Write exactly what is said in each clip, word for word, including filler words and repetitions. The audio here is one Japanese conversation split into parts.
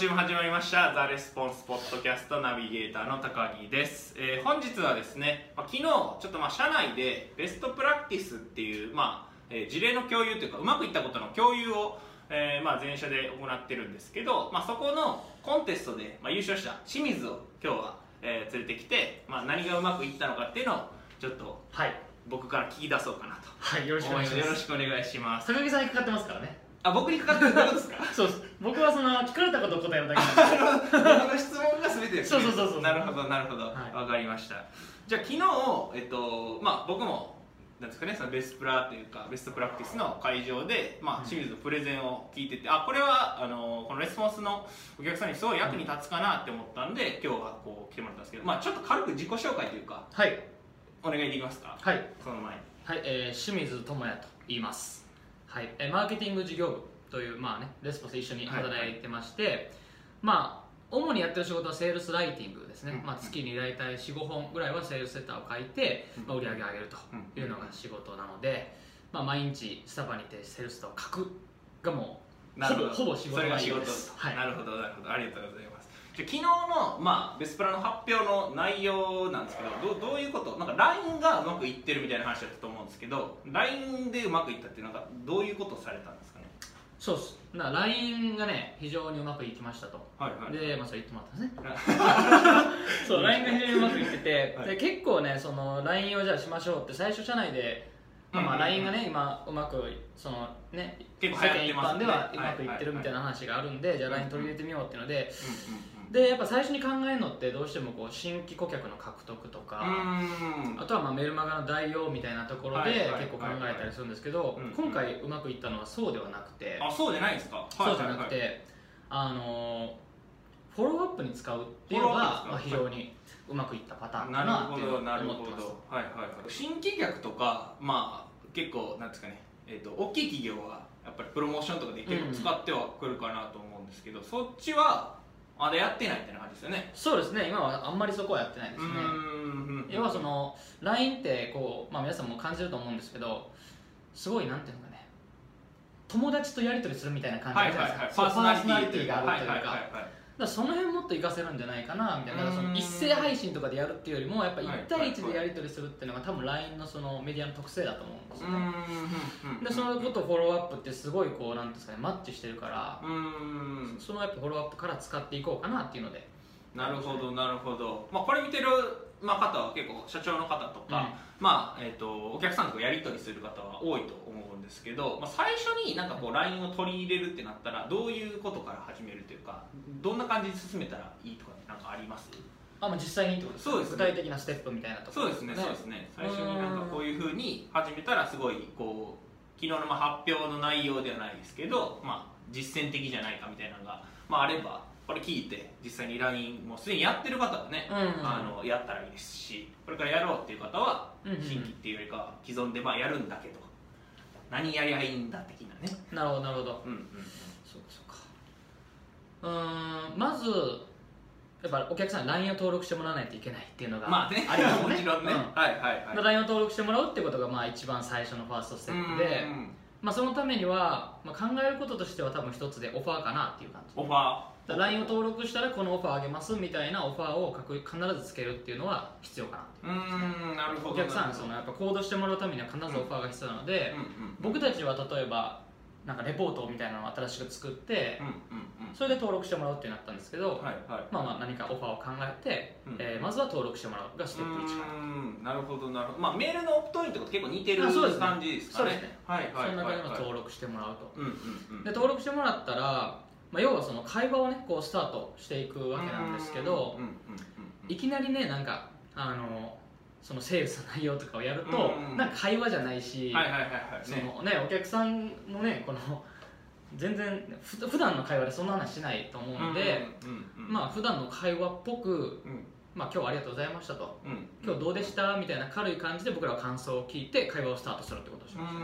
週も始まりましたザ・レスポンスポッドキャストナビゲーターの高木です、えー、本日はですね、まあ、昨日ちょっとまあ社内でベストプラクティスっていう、まあえー、事例の共有というかうまくいったことの共有を、えーまあ、全社で行ってるんですけど、まあ、そこのコンテストで、まあ、優勝した清水を今日は、えー、連れてきて、まあ、何がうまくいったのかっていうのをちょっと、はい、僕から聞き出そうかなと。 はい、よろしくお願いします。 よろしくお願いします。 高木さんにかかってますからね。 あ、僕にかかってるってことですか？ そうです。僕はその聞かれたことを答えるだけなんで。 僕の質問が全てですね。 そうそうそうそう。 なるほどなるほど。わ、はい、かりました。じゃあ昨日えっとまあ僕もなんですかね、そのベストプラというかベストプラクティスの会場でまあ清水のプレゼンを聞いてて、うん、あこれはあのこのレスポンスのお客さんにすごい役に立つかなって思ったんで、今日はこう来てもらったんですけど、まあちょっと軽く自己紹介というか、はい、お願いできますか？ はい。 その前に。 はい、えー、清水智也と言います。はい、えー、マーケティング事業部というまあねレスポンス一緒に働いてまして、はいはい、まあ主にやってる仕事はセールスライティングですね、うん、まあ、月に大体 よん,ご 本ぐらいはセールスセッターを書いて、うん、まあ、売り上げを上げるというのが仕事なので、まあ、毎日スタバにいてセールスセッターを書くがもうほぼほぼ仕事内容です。 はい、なるほどなるほど、ありがとうございます。じゃ昨日の、まあ、ベスプラの発表の内容なんですけど、ど, どういうことなんか ライン がうまくいってるみたいな話だったと思うんですけど、 ライン でうまくいったってなんかどういうことをされたんですかね？ そうっす。な ライン がね非常にうまくいきましたと、はいはい、で、まあ、それ言ってもらったんですねそう ライン が非常にうまくいってて、はい、で結構ねその ライン をじゃあしましょうって最初社内で、まあ、まあ ライン がね今うまくそのね世間一般ではうまくいってるみたいな話があるんで、じゃあ ライン 取り入れてみようっていうので、でやっぱ最初に考えるのってどうしてもこう新規顧客の獲得とか、あとはまあメルマガの代用みたいなところで結構考えたりするんですけど、今回うまくいったのはそうではなくて、 あ、そうじゃないですか？ そうじゃなくて、あのフォローアップに使うっていうのがまあ非常にうまくいったパターンかなっていうふうに思ってます。 はいはいはい。新規客とか、まあ結構なんですかね、えっと大きい企業はやっぱりプロモーションとかで結構使ってはくるかなと思うんですけど、そっちはまだやってないみたいな感じですよね？ そうですね、今はあんまりそこはやってないですね。要はその ライン ってこう、まあ、皆さんも感じると思うんですけど、すごいなんていうのかね、友達とやり取りするみたいな感じじゃないですか。パーソナリティがあるというか、その辺もっと活かせるんじゃないかなみたいな。その一斉配信とかでやるっていうよりもやっぱいち対いちでやり取りするっていうのが多分 ライン のそのメディアの特性だと思うんですよね。でそのことフォローアップってすごいこうなんですかね、マッチしてるから、そのやっぱフォローアップから使っていこうかなっていうので。 なるほどなるほど。まあこれ見てるまあ方は結構社長の方とか、うん、まあえっとお客さんとやり取りする方は多いと思うんですけど、まあ、最初になんかこう ライン を取り入れるってなったらどういうことから始めるというか、どんな感じで進めたらいいとかなんかあります？ あ、まあ、実際にってことですか？そうですね、具体的なステップみたいなところですね。 そうですね、そうですね。最初になんかこういうふうに始めたらすごいこう昨日のまあ発表の内容ではないですけど、まあ、実践的じゃないかみたいなのが、まあ、あればこれ聞いて実際に ライン もすでにやってる方はね、うんうん、あのやったらいいですし、これからやろうっていう方は新規っていうよりかは既存でまあやるんだけど何やりゃいいんだ的なね。 なるほどなるほど、うんうんうん、そうかそうか。うーん、まずやっぱお客さんに ライン を登録してもらわないといけないっていうのがありますよね。まあねもちろんね、うん、はいはいはい。 ライン を登録してもらうってことがまあ一番最初のファーストステップで、うんうん、まあ、そのためには、まあ、考えることとしては多分一つでオファーかなっていう感じ。 オファーライン を登録したらこのオファーあげますみたいなオファーを必ずつけるっていうのは必要かな。 うーん、なるほど。 お客さんそのやっぱ行動してもらうためには必ずオファーが必要なので、僕たちは例えばなんかレポートみたいなのを新しく作って、それで登録してもらうってなったんですけど、まあまあ何かオファーを考えて、うん、えー、まずは登録してもらうがステップいちかな。 なるほどなるほど。まあメールのオプトインとか結構似てる感じですかね。そうですね。はいはいはいはい。そんな感じの登録してもらうと。 で登録してもらったら、まあ、要はその会話をねこうスタートしていくわけなんですけど、いきなりねなんかあのそのセールスの内容とかをやると、なんか会話じゃないし、そのねお客さんのねこの全然ふ普段の会話でそんな話しないと思うので、まあ普段の会話っぽく、まあ今日はありがとうございましたと、今日どうでしたみたいな軽い感じで僕らは感想を聞いて会話をスタートするってことをしました。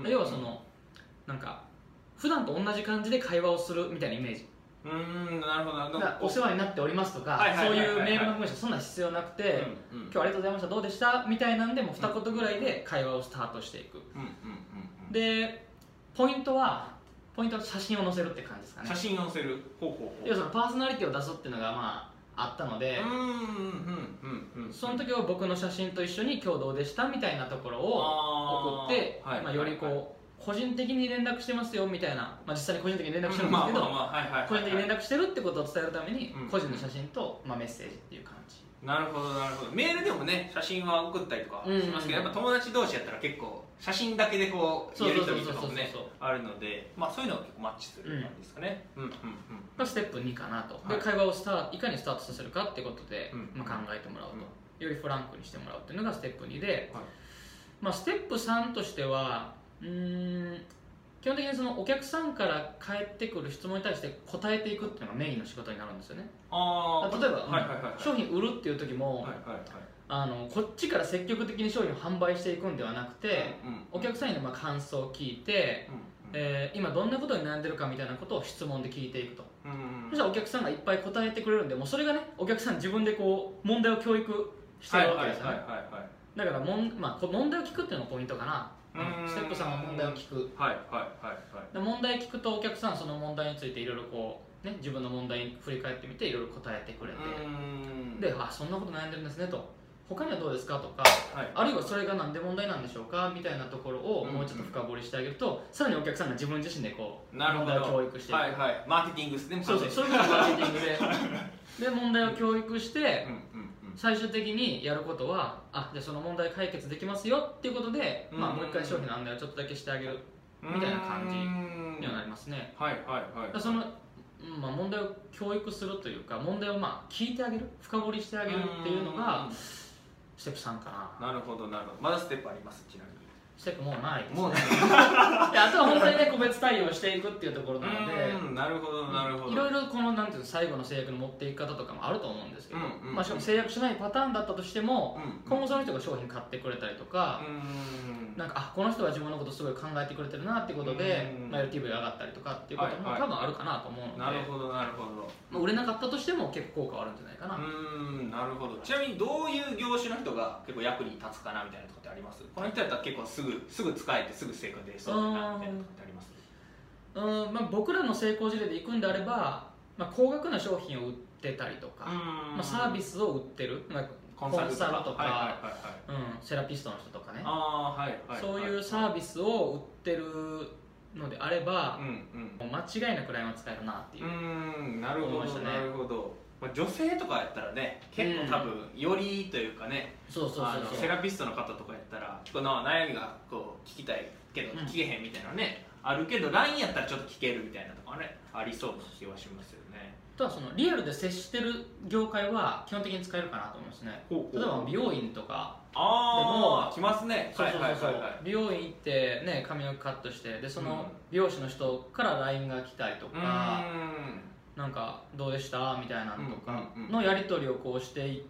要はそのなんか普段と同じ感じで会話をするみたいなイメージ。 うーん、なるほどなるほど。 お世話になっておりますとか、そういうメールの文章そんな必要なくて、うんうん、今日はありがとうございましたどうでしたみたいなんでも二言ぐらいで会話をスタートしていく。でポイントはポイントは写真を載せるって感じですかね。 写真を載せる。ほうほうほう。 要はそのパーソナリティを出すっていうのがまああったので、 うんうんうんうん、 その時は僕の写真と一緒に今日どうでしたみたいなところを送って、 はい、 まあ、よりこう、はい、個人的に連絡してますよみたいな、まあ、実際に個人的に連絡してるんですけど、個人的に連絡してるってことを伝えるために、うん、個人の写真と、まあ、メッセージっていう感じ。 なるほどなるほど。メールでもね写真は送ったりとかしますけど、やっぱ友達同士やったら結構写真だけでこうやり取りとかもねあるので、まあそういうのが結構マッチする感じですかね。うんうんうん。 がステップにかなと。で、会話をスターいかにスタートさせるかってことで、まあ、考えてもらうと、よりフランクにしてもらうっていうのがステップにで、まあステップさんとしてはうーん基本的にそのお客さんから返ってくる質問に対して答えていくっていうのがメインの仕事になるんですよね。あ例えば、はいはいはいはい、商品売るっていう時も、はいはいはい、あのこっちから積極的に商品を販売していくんではなくて、うんうん、お客さんにまあ感想を聞いて、うんうんえー、今どんなことに悩んでるかみたいなことを質問で聞いていくと、うんうん、そしたらお客さんがいっぱい答えてくれるんで、もうそれがねお客さん自分でこう問題を教育してるわけですよね。だからもん、まあ、問題を聞くっていうのがポイントかな。ステップさんは問題を聞く、はいはいはいはい、で問題聞くとお客さんはその問題についていろいろこう、ね、自分の問題に振り返ってみていろいろ答えてくれて、であそんなこと悩んでるんですねと、他にはどうですかとか、はい、あるいはそれがなんで問題なんでしょうかみたいなところをもうちょっと深掘りしてあげると、さらにお客さんが自分自身でこう問題を教育していく、はいはい、 マーケティングですね。 そうそう、それこそマーケティングでで問題を教育して、うんうん最終的にやることは、あじゃあその問題解決できますよっていうことで、まあ、もう一回商品の案内をちょっとだけしてあげるみたいな感じにはなりますね。はいはいはい。その、まあ、問題を教育するというか、問題をまあ聞いてあげる、深掘りしてあげるっていうのがステップさんかな。 なるほどなるほど。まだステップあります？ちなみにステップもうないですね。もうないあとは本当にね個別対応していくっていうところなので、 なるほどなるほど。 いろいろこのなんていうの最後の制約の持っていき方とかもあると思うんですけど、うんうん、まあしかも制約しないパターンだったとしても、うんうん、今後その人が商品買ってくれたりとか、うんなんかあこの人は自分のことすごい考えてくれてるなっていうことで、うんまあ、エルティーブイ が上がったりとかっていうことも、はいはい、多分あるかなと思うので、 なるほどなるほど。 まあ、売れなかったとしても結構効果はあるんじゃないかな。 うんなるほど。ちなみにどういう業種の人が結構役に立つかなみたいなところってあります？この人やったら結構すぐすぐ使えてすぐ成果出そうだなみたいなところってあります？ うんまあ、僕らの成功事例でいくんであれば、まあ、高額な商品を売ってたりとか、まあ、サービスを売ってる、まあ、コンサルとかセラピストの人とかね、あ、はいはい、そういうサービスを売ってるのであれば、うんうん、間違いなくラインは使えるなっていう。うんなるほど、ね、 なるほど。まあ、女性とかやったらね結構多分よりというかね、そうそうそうそうセラピストの方とかやったらこの悩みがこう聞きたいけど聞けへんみたいなね、うん、あるけど ライン やったらちょっと聞けるみたいなとかねありそうな気はしますよね。 とはそのリアルで接してる業界は基本的に使えるかなと思いますね。ほうほう例えば美容院とかでも来ますね。 そうそうそうそう、はいはいはいはい、美容院行ってね髪をカットしてでその美容師の人から ライン が来たりとか、うんなんかどうでしたみたいなのとかのやり取りをこうしていって、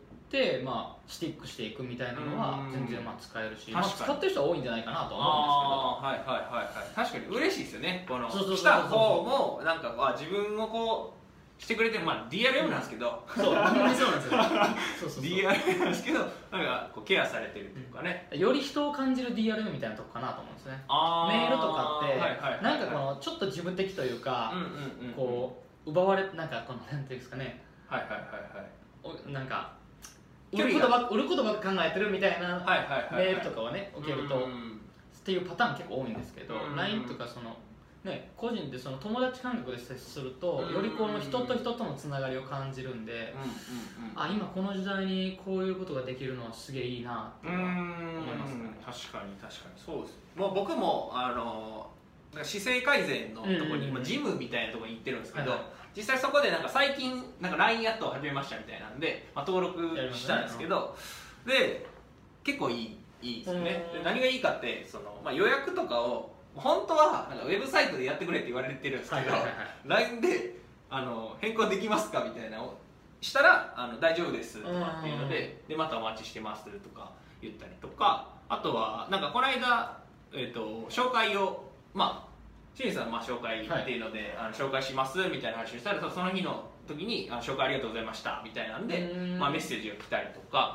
まあ、スティックしていくみたいなのは全然まあ使えるし、まあ、使ってる人は多いんじゃないかなと思うんですけど、 はいはいはいはい、確かに嬉しいですよね。この来た方もなんかあ自分をこうしてくれてる、まあ ディーアールエム なんですけど、 うん、そう本当にそうなんですよそうそうそう ディーアールエム なんですけどなんかこうケアされてるっていうかね、 より人を感じる ディーアールエム みたいなとこかなと思うんですね。メールとかって、はいはいはいはい、なんかこのちょっと自分的というか、うんうんうんうん、こう奪われなんかこのなんていうんですかね、はいはいはいはい、なんか売ることば売ることばっか考えてるみたいなメールとかをね受けるとっていうパターン結構多いんですけど、 ライン とかそのね個人でその友達感覚で接するとよりこの人と人とのつながりを感じるんで、あ今この時代にこういうことができるのはすげえいいなって思いますね。 確かに確かにそうです。もう僕もあの姿勢改善のところに、うんうん、ジムみたいなところに行ってるんですけど、はいはい、実際そこでなんか最近なんか ライン やっと始めましたみたいなんで、まあ、登録したんですけど、ね、で結構いいいいですよね。で何がいいかってその、まあ、予約とかを本当はなんかウェブサイトでやってくれって言われてるんですけど、はいはいはい、ライン であの変更できますかみたいなのをしたらあの大丈夫ですとかっていうので、でまたお待ちしてますとか言ったりとか、あとはなんかこの間、えーと、紹介をまあ清水さんまあ紹介っていうので、はい、あの紹介しますみたいな話をしたらその日の時にあ紹介ありがとうございましたみたいなんで、まあ、メッセージが来たりとか、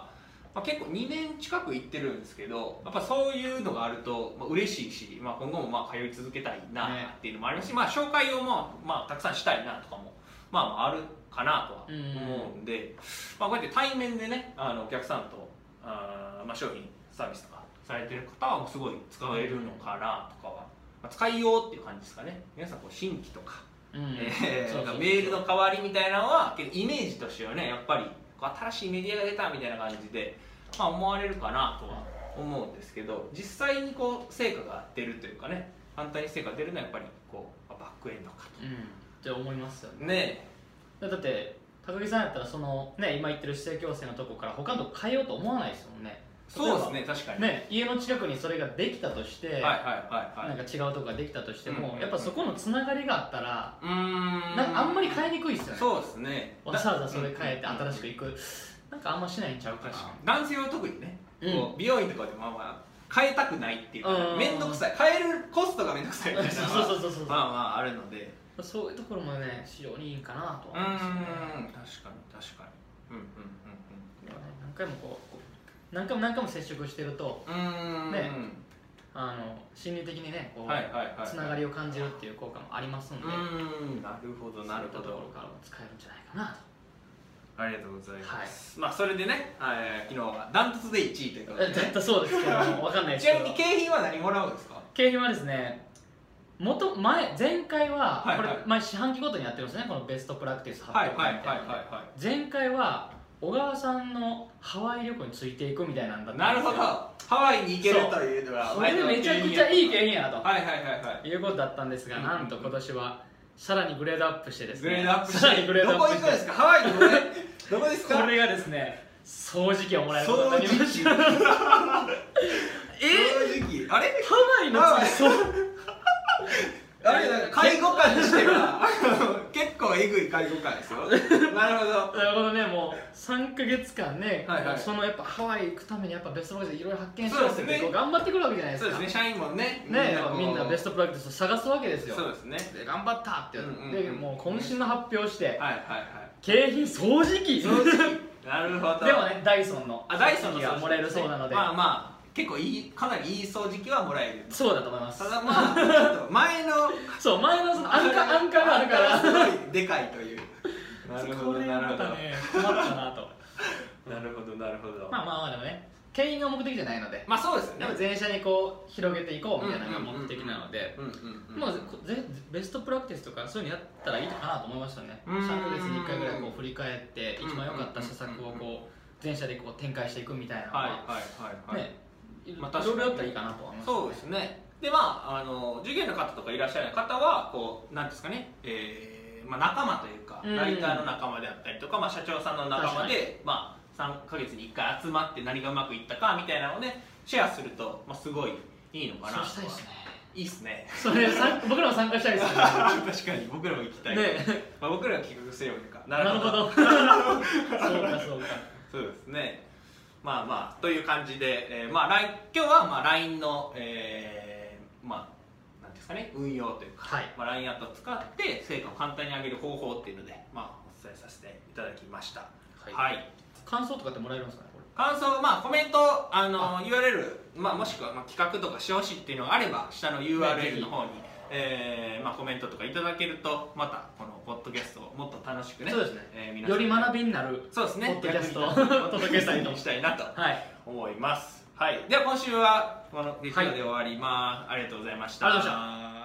まあ、結構にねん近く行ってるんですけど、やっぱそういうのがあると、まあ、嬉しいし、まあ、今後もまあ通い続けたいなっていうのもありますし、ね、まあ、紹介をまあ、まあ、たくさんしたいなとかも、まあ、あるかなとは思うんで、うんまあ、こうやって対面でねあのお客さんとあ、まあ、商品サービスとかされてる方はすごい使えるのかなとかは、まあ、使いようっていう感じですかね。皆さんこう新規とか、うんえー、なんかメールの代わりみたいなのはイメージとしてはねやっぱり新しいメディアが出たみたいな感じで、まあ、思われるかなとは思うんですけど、実際にこう成果が出るというかね簡単に成果が出るのはやっぱりこうバックエンドかと、うん、 って思いますよね。 ねだって高木さんやったらその、ね、今言ってる姿勢矯正のとこから他のとこ変えようと思わないですもんね。 そうですね確かに、 ね、家の近くにそれができたとして、はいはいはいはい、なんか違うとこができたとしても、うん、やっぱそこのつながりがあったらうーんなんかあんまり変えにくいですよね。 そうですねわざわざそれ変えて新しく行く、うん、なんかあんましないんちゃうかな。 男性は特にね、うん、こう美容院とかでまあまあ変えたくないっていうか面倒くさい変えるコストが面倒くさいみたいなのがまあまああるのでそういうところもね非常にいいかなと思いますね。うん確かに確かにうんうんうんうん何回もこう何回も何回も接触してるとうんねあの心理的にねこうつながりを感じるっていう効果もありますので、 うんなるほどなるほど、 そういったところからも使えるんじゃないかなと。 ありがとうございます、はい、まあそれでね、えー、昨日はダントツでいちいということで、ね、 だったそうですけども分かんないですけどちなみに景品は何もらうんですか？ 景品はですね元前前回は、はいはい、これ毎四半期ごとにやってるんですねこのベストプラクティス発表会みたいなので前回は小川さんのハワイ旅行についていくみたいなんだったんですよ。 なるほどハワイに行けるというのはこれでめちゃくちゃいい景品やなとはいはいはいはいいうことだったんですが、なんと今年はさらにグレードアップしてですねグレードアップしてさらにグレードアップしてどこ行くんですかハワイのどこどこですかこれがですね掃除機をもらえることになりました。え掃除機あれハワイの掃あれなんか介護官にしては結構えぐい介護官ですよ。なるほどなるほどね。もうさんかげつかんね、はいはい、そのやっぱハワイ行くためにやっぱベストプラクティスいろいろ発見しようって、ね、こう頑張ってくるわけじゃないですか。 そうですね社員もねねみんなベストプラクティスを探すわけですよ。 そうですねで頑張ったって、うんうんうん、でもう渾身の発表して、 はいはいはい、 景品掃除機掃除機なるほど。 でもねダイソンのあダイソンのがもらえるそうなので、 まあまあ結構いいかなりいい掃除機はもらえる。 そうだと思います。 ただまあちょっと前のそう前のそのアンカーアンカーがあるからすごいでかいという。なるほどなるほど。 ね困ったなと。 なるほどなるほど。 まあまあまあでもね経営が目的じゃないので、 まあそうですよね。 でも全社にこう広げていこうみたいなのが目的なので、まあベストプラクティスとかそういうのやったらいいかなと思いましたね。さんかげつにいっかいぐらいこう振り返って一番良かった施策をこう全社でこう展開していくみたいなのはね。まあ、いろいろやったらいいかなと思います、ね、 そうですね。でまああの従業員の方とかいらっしゃる方はこうなんですかね、えーまあ、仲間というか、うん、ライターの仲間であったりとか、まあ、社長さんの仲間で、まあ、さんかげつにいっかい集まって何がうまくいったかみたいなのをねシェアすると、まあ、すごいいいのかなと。 そうしたいですね。 いいっすね。 それ僕らも参加したいですよね。 確かに僕らも行きたい、 ねまあ、僕らが企画すればいいか。 なるほどそうかそうかそうですね。まあまあという感じで、えーまあ、今日はまあ ライン の、えー、まあなんですかね運用というか、はいまあ、ライン アットを使って成果を簡単に上げる方法っていうので、まあ、お伝えさせていただきました。はい、はい、 感想とかってもらえるんですかね。これ感想、まあ、コメントあのあ ユーアールエル、まあ、もしくはまあ企画とかしてほしいっていうのがあれば下の ユーアールエル の方に、えーまあ、コメントとかいただけるとまたこのポッドキャストをもっと楽しくね、 そうですね、 えー、 皆さんより学びになるそうですねポッドキャストをお届けしたいとしたいなと思います、はいはい、では今週はこの劇場で終わります、はい、ありがとうございました。 ありがとうございました。